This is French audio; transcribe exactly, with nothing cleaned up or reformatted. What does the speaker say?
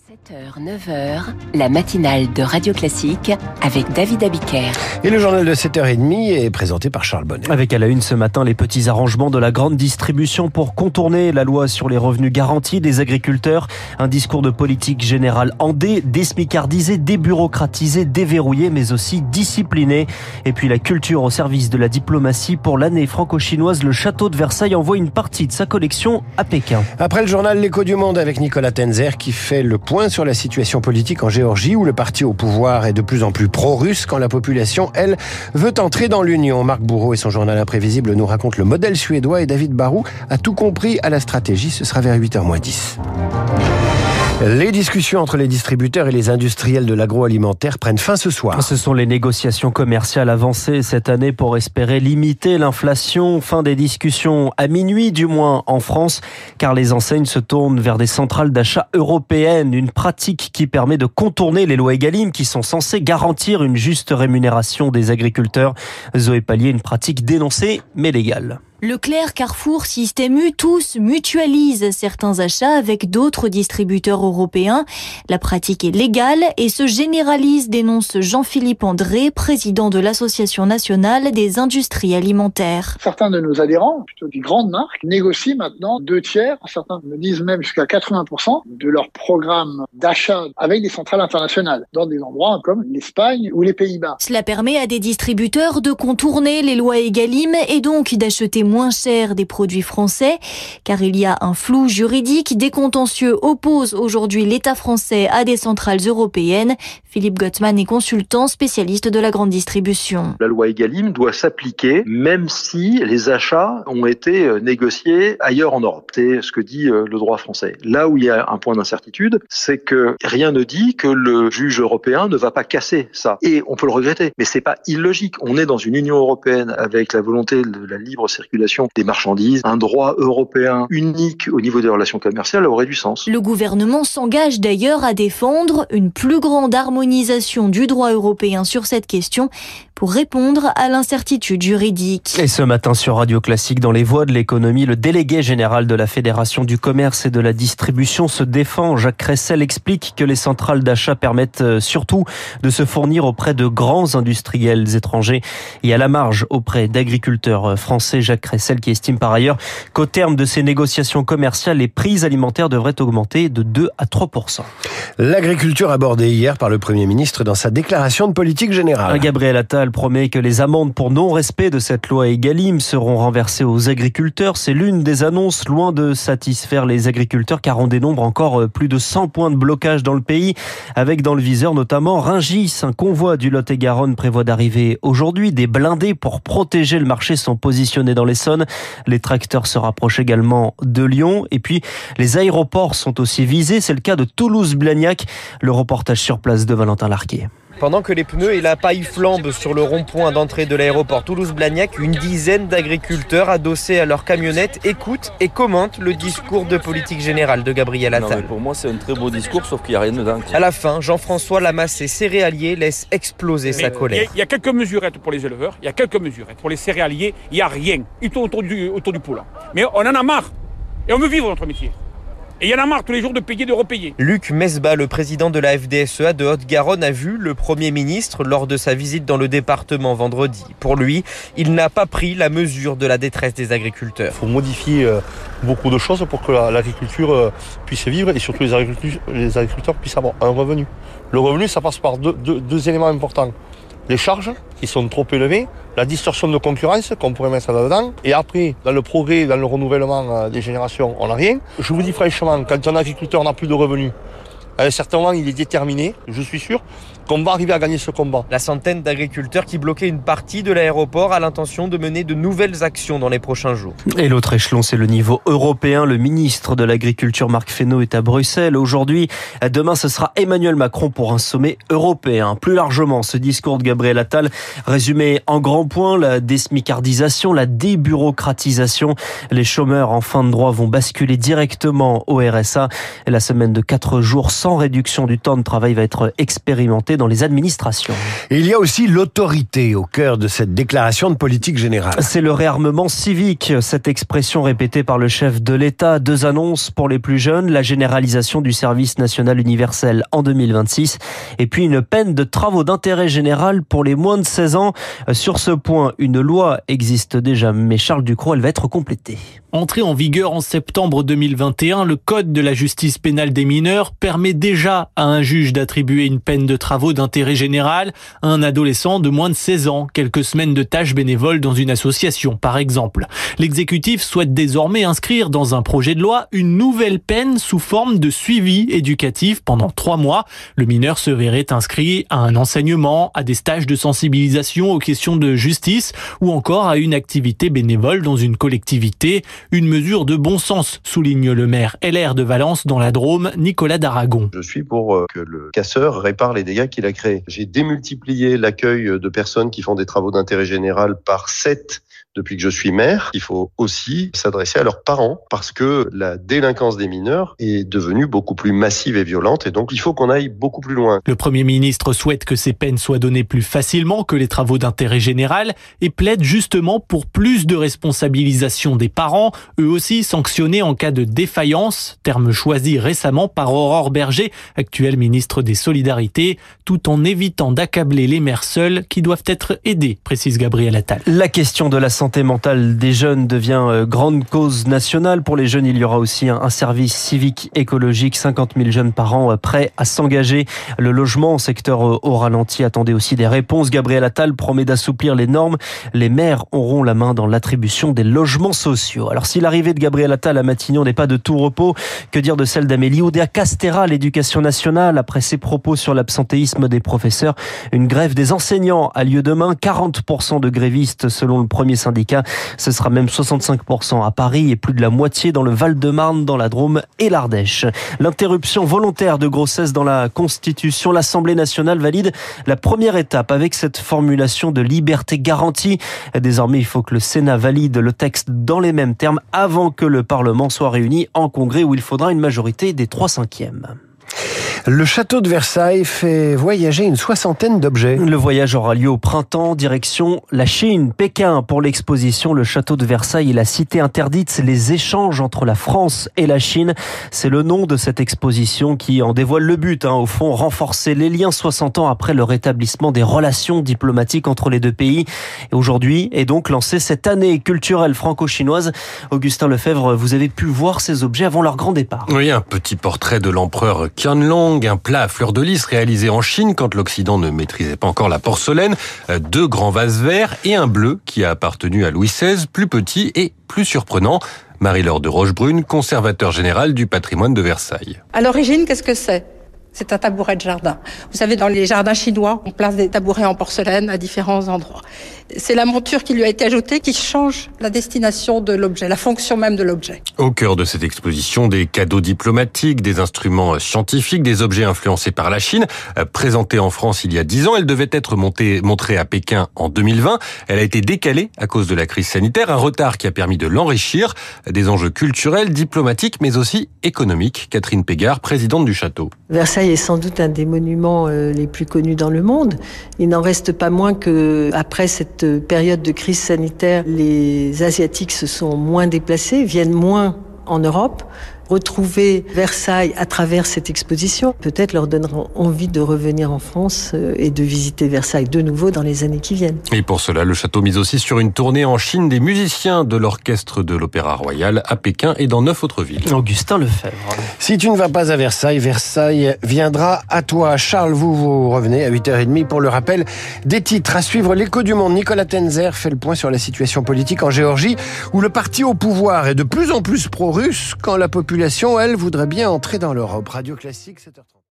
sept heures, neuf heures, la matinale de Radio Classique avec David Abiker. Et le journal de sept heures trente est présenté par Charles Bonnet. Avec à la une ce matin les petits arrangements de la grande distribution pour contourner la loi sur les revenus garantis des agriculteurs. Un discours de politique générale endé, désmicardisé, débureaucratisé, déverrouillé mais aussi discipliné. Et puis la culture au service de la diplomatie. Pour l'année franco-chinoise, le château de Versailles envoie une partie de sa collection à Pékin. Après le journal L'Écho du Monde avec Nicolas Tenzer qui fait le point sur la situation politique en Géorgie où le parti au pouvoir est de plus en plus pro-russe quand la population, elle, veut entrer dans l'Union. Marc Bourreau et son journal imprévisible nous racontent le modèle suédois et David Barou a tout compris à la stratégie. Ce sera vers huit heures moins dix. Les discussions entre les distributeurs et les industriels de l'agroalimentaire prennent fin ce soir. Ce sont les négociations commerciales avancées cette année pour espérer limiter l'inflation. Fin des discussions à minuit, du moins en France, car les enseignes se tournent vers des centrales d'achat européennes. Une pratique qui permet de contourner les lois Egalim qui sont censées garantir une juste rémunération des agriculteurs. Zoé Pallier, une pratique dénoncée mais légale. Leclerc, Carrefour, Système U, tous mutualisent certains achats avec d'autres distributeurs européens. La pratique est légale et se généralise, dénonce Jean-Philippe André, président de l'Association nationale des industries alimentaires. Certains de nos adhérents, plutôt des grandes marques, négocient maintenant deux tiers, certains me disent même jusqu'à quatre-vingts pour cent de leur programme d'achat avec des centrales internationales, dans des endroits comme l'Espagne ou les Pays-Bas. Cela permet à des distributeurs de contourner les lois Egalim et donc d'acheter moins cher des produits français, car il y a un flou juridique. Des contentieux opposent aujourd'hui l'État français à des centrales européennes. Philippe Gottman est consultant spécialiste de la grande distribution. La loi Egalim doit s'appliquer même si les achats ont été négociés ailleurs en Europe. C'est ce que dit le droit français. Là où il y a un point d'incertitude, c'est que rien ne dit que le juge européen ne va pas casser ça. Et on peut le regretter, mais c'est pas illogique. On est dans une Union européenne avec la volonté de la libre circulation des marchandises. Un droit européen unique au niveau des relations commerciales aurait du sens. Le gouvernement s'engage d'ailleurs à défendre une plus grande harmonisation du droit européen sur cette question pour répondre à l'incertitude juridique. Et ce matin sur Radio Classique, dans les voies de l'économie, le délégué général de la Fédération du commerce et de la distribution se défend. Jacques Cressel explique que les centrales d'achat permettent surtout de se fournir auprès de grands industriels étrangers et à la marge auprès d'agriculteurs français. Jacques Cressel qui estime par ailleurs qu'au terme de ces négociations commerciales, les prix alimentaires devraient augmenter de deux à trois pour cent. L'agriculture abordée hier par le Premier ministre dans sa déclaration de politique générale. Gabriel Attal promet que les amendes pour non-respect de cette loi Egalim seront renversées aux agriculteurs. C'est l'une des annonces loin de satisfaire les agriculteurs car on dénombre encore plus de cent points de blocage dans le pays avec dans le viseur notamment Rungis. Un convoi du Lot-et-Garonne prévoit d'arriver aujourd'hui. Des blindés pour protéger le marché sont positionnés dans l'Essonne. Les tracteurs se rapprochent également de Lyon. Et puis les aéroports sont aussi visés. C'est le cas de Toulouse-Blagnac. Le reportage sur place de Valentin Larquet. Pendant que les pneus et la paille flambent sur le rond-point d'entrée de l'aéroport Toulouse-Blagnac, une dizaine d'agriculteurs adossés à leur camionnette écoutent et commentent le discours de politique générale de Gabriel Attal. Non, pour moi, c'est un très beau discours, sauf qu'il n'y a rien dedans. À la fin, Jean-François Lamassé, céréalier, laisse exploser Mais sa colère. Il y, y a quelques mesurettes pour les éleveurs, il y a quelques mesurettes. Pour les céréaliers, il n'y a rien. Ils tournent autour du, autour du poulain. Mais on en a marre. Et on veut vivre notre métier. Et il y en a marre tous les jours de payer, de repayer. Luc Mesbah, le président de la F D S E A de Haute-Garonne, a vu le Premier ministre lors de sa visite dans le département vendredi. Pour lui, il n'a pas pris la mesure de la détresse des agriculteurs. Il faut modifier beaucoup de choses pour que l'agriculture puisse vivre et surtout les agriculteurs, les agriculteurs puissent avoir un revenu. Le revenu, ça passe par deux, deux, deux éléments importants. Les charges qui sont trop élevées, la distorsion de concurrence qu'on pourrait mettre là-dedans, et après, dans le progrès, dans le renouvellement des générations, on n'a rien. Je vous dis franchement, quand un agriculteur n'a plus de revenus, à un certain moment, il est déterminé, je suis sûr, qu'on va arriver à gagner ce combat. La centaine d'agriculteurs qui bloquaient une partie de l'aéroport a l'intention de mener de nouvelles actions dans les prochains jours. Et l'autre échelon, c'est le niveau européen. Le ministre de l'Agriculture, Marc Fesneau, est à Bruxelles aujourd'hui. Demain, ce sera Emmanuel Macron pour un sommet européen. Plus largement, ce discours de Gabriel Attal résumé en grands points, la désmicardisation, la débureaucratisation. Les chômeurs en fin de droit vont basculer directement au R S A. Et la semaine de quatre jours sans cent. Réduction du temps de travail va être expérimentée dans les administrations. Et il y a aussi l'autorité au cœur de cette déclaration de politique générale. C'est le réarmement civique, cette expression répétée par le chef de l'État. Deux annonces pour les plus jeunes, la généralisation du service national universel en deux mille vingt-six et puis une peine de travaux d'intérêt général pour les moins de seize ans. Sur ce point, une loi existe déjà, mais Charles Ducrot, elle va être complétée. Entré en vigueur en septembre deux mille vingt et un, le Code de la justice pénale des mineurs permet déjà à un juge d'attribuer une peine de travaux d'intérêt général à un adolescent de moins de seize ans, quelques semaines de tâches bénévoles dans une association, par exemple. L'exécutif souhaite désormais inscrire dans un projet de loi une nouvelle peine sous forme de suivi éducatif pendant trois mois. Le mineur se verrait inscrit à un enseignement, à des stages de sensibilisation aux questions de justice ou encore à une activité bénévole dans une collectivité. Une mesure de bon sens, souligne le maire L R de Valence dans la Drôme, Nicolas Daragon. Je suis pour que le casseur répare les dégâts qu'il a créés. J'ai démultiplié l'accueil de personnes qui font des travaux d'intérêt général par sept depuis que je suis maire. Il faut aussi s'adresser à leurs parents parce que la délinquance des mineurs est devenue beaucoup plus massive et violente et donc il faut qu'on aille beaucoup plus loin. Le Premier ministre souhaite que ces peines soient données plus facilement que les travaux d'intérêt général et plaide justement pour plus de responsabilisation des parents, eux aussi sanctionnés en cas de défaillance, terme choisi récemment par Aurore Berger, actuelle ministre des Solidarités, tout en évitant d'accabler les mères seules qui doivent être aidées, précise Gabriel Attal. La question de la santé santé mentale des jeunes devient grande cause nationale. Pour les jeunes, il y aura aussi un service civique écologique. cinquante mille jeunes par an prêts à s'engager. Le logement, secteur au ralenti, attendait aussi des réponses. Gabriel Attal promet d'assouplir les normes. Les maires auront la main dans l'attribution des logements sociaux. Alors si l'arrivée de Gabriel Attal à Matignon n'est pas de tout repos, que dire de celle d'Amélie Oudéa-Castéra à l'Éducation nationale après ses propos sur l'absentéisme des professeurs? Une grève des enseignants a lieu demain. quarante pour cent de grévistes selon le premier syndicat. Ce sera même soixante-cinq pour cent à Paris et plus de la moitié dans le Val-de-Marne, dans la Drôme et l'Ardèche. L'interruption volontaire de grossesse dans la Constitution. L'Assemblée nationale valide la première étape avec cette formulation de liberté garantie. Désormais, il faut que le Sénat valide le texte dans les mêmes termes avant que le Parlement soit réuni en congrès où il faudra une majorité des trois cinquièmes. Le château de Versailles fait voyager une soixantaine d'objets. Le voyage aura lieu au printemps, direction la Chine, Pékin. Pour l'exposition, le château de Versailles et la cité interdite, les échanges entre la France et la Chine. C'est le nom de cette exposition qui en dévoile le but. Hein, au fond, renforcer les liens soixante ans après le rétablissement des relations diplomatiques entre les deux pays. Et aujourd'hui est donc lancée cette année culturelle franco-chinoise. Augustin Lefebvre, vous avez pu voir ces objets avant leur grand départ. Oui, un petit portrait de l'empereur Qianlong, un plat à fleur de lys réalisé en Chine quand l'Occident ne maîtrisait pas encore la porcelaine, deux grands vases verts et un bleu qui a appartenu à Louis seize, plus petit et plus surprenant. Marie-Laure de Rochebrune, conservateur général du patrimoine de Versailles. À l'origine, qu'est-ce que c'est ? C'est un tabouret de jardin. Vous savez, dans les jardins chinois, on place des tabourets en porcelaine à différents endroits. C'est la monture qui lui a été ajoutée qui change la destination de l'objet, la fonction même de l'objet. Au cœur de cette exposition, des cadeaux diplomatiques, des instruments scientifiques, des objets influencés par la Chine. Présentée en France il y a dix ans, elle devait être montée, montrée à Pékin en deux mille vingt. Elle a été décalée à cause de la crise sanitaire, un retard qui a permis de l'enrichir. Des enjeux culturels, diplomatiques, mais aussi économiques. Catherine Pégard, présidente du château. Versailles est sans doute un des monuments les plus connus dans le monde. Il n'en reste pas moins que, après cette période de crise sanitaire, les Asiatiques se sont moins déplacés, viennent moins en Europe. Retrouver Versailles à travers cette exposition, peut-être leur donnera envie de revenir en France et de visiter Versailles de nouveau dans les années qui viennent. Et pour cela, le château mise aussi sur une tournée en Chine des musiciens de l'orchestre de l'Opéra Royal à Pékin et dans neuf autres villes. Augustin Lefebvre. Si tu ne vas pas à Versailles, Versailles viendra à toi. Charles, vous, vous revenez à huit heures trente pour le rappel des titres. À suivre, l'Écho du Monde. Nicolas Tenzer fait le point sur la situation politique en Géorgie, où le parti au pouvoir est de plus en plus pro-russe quand la population, elle, voudrait bien entrer dans l'Europe. Radio Classique, sept heures trente.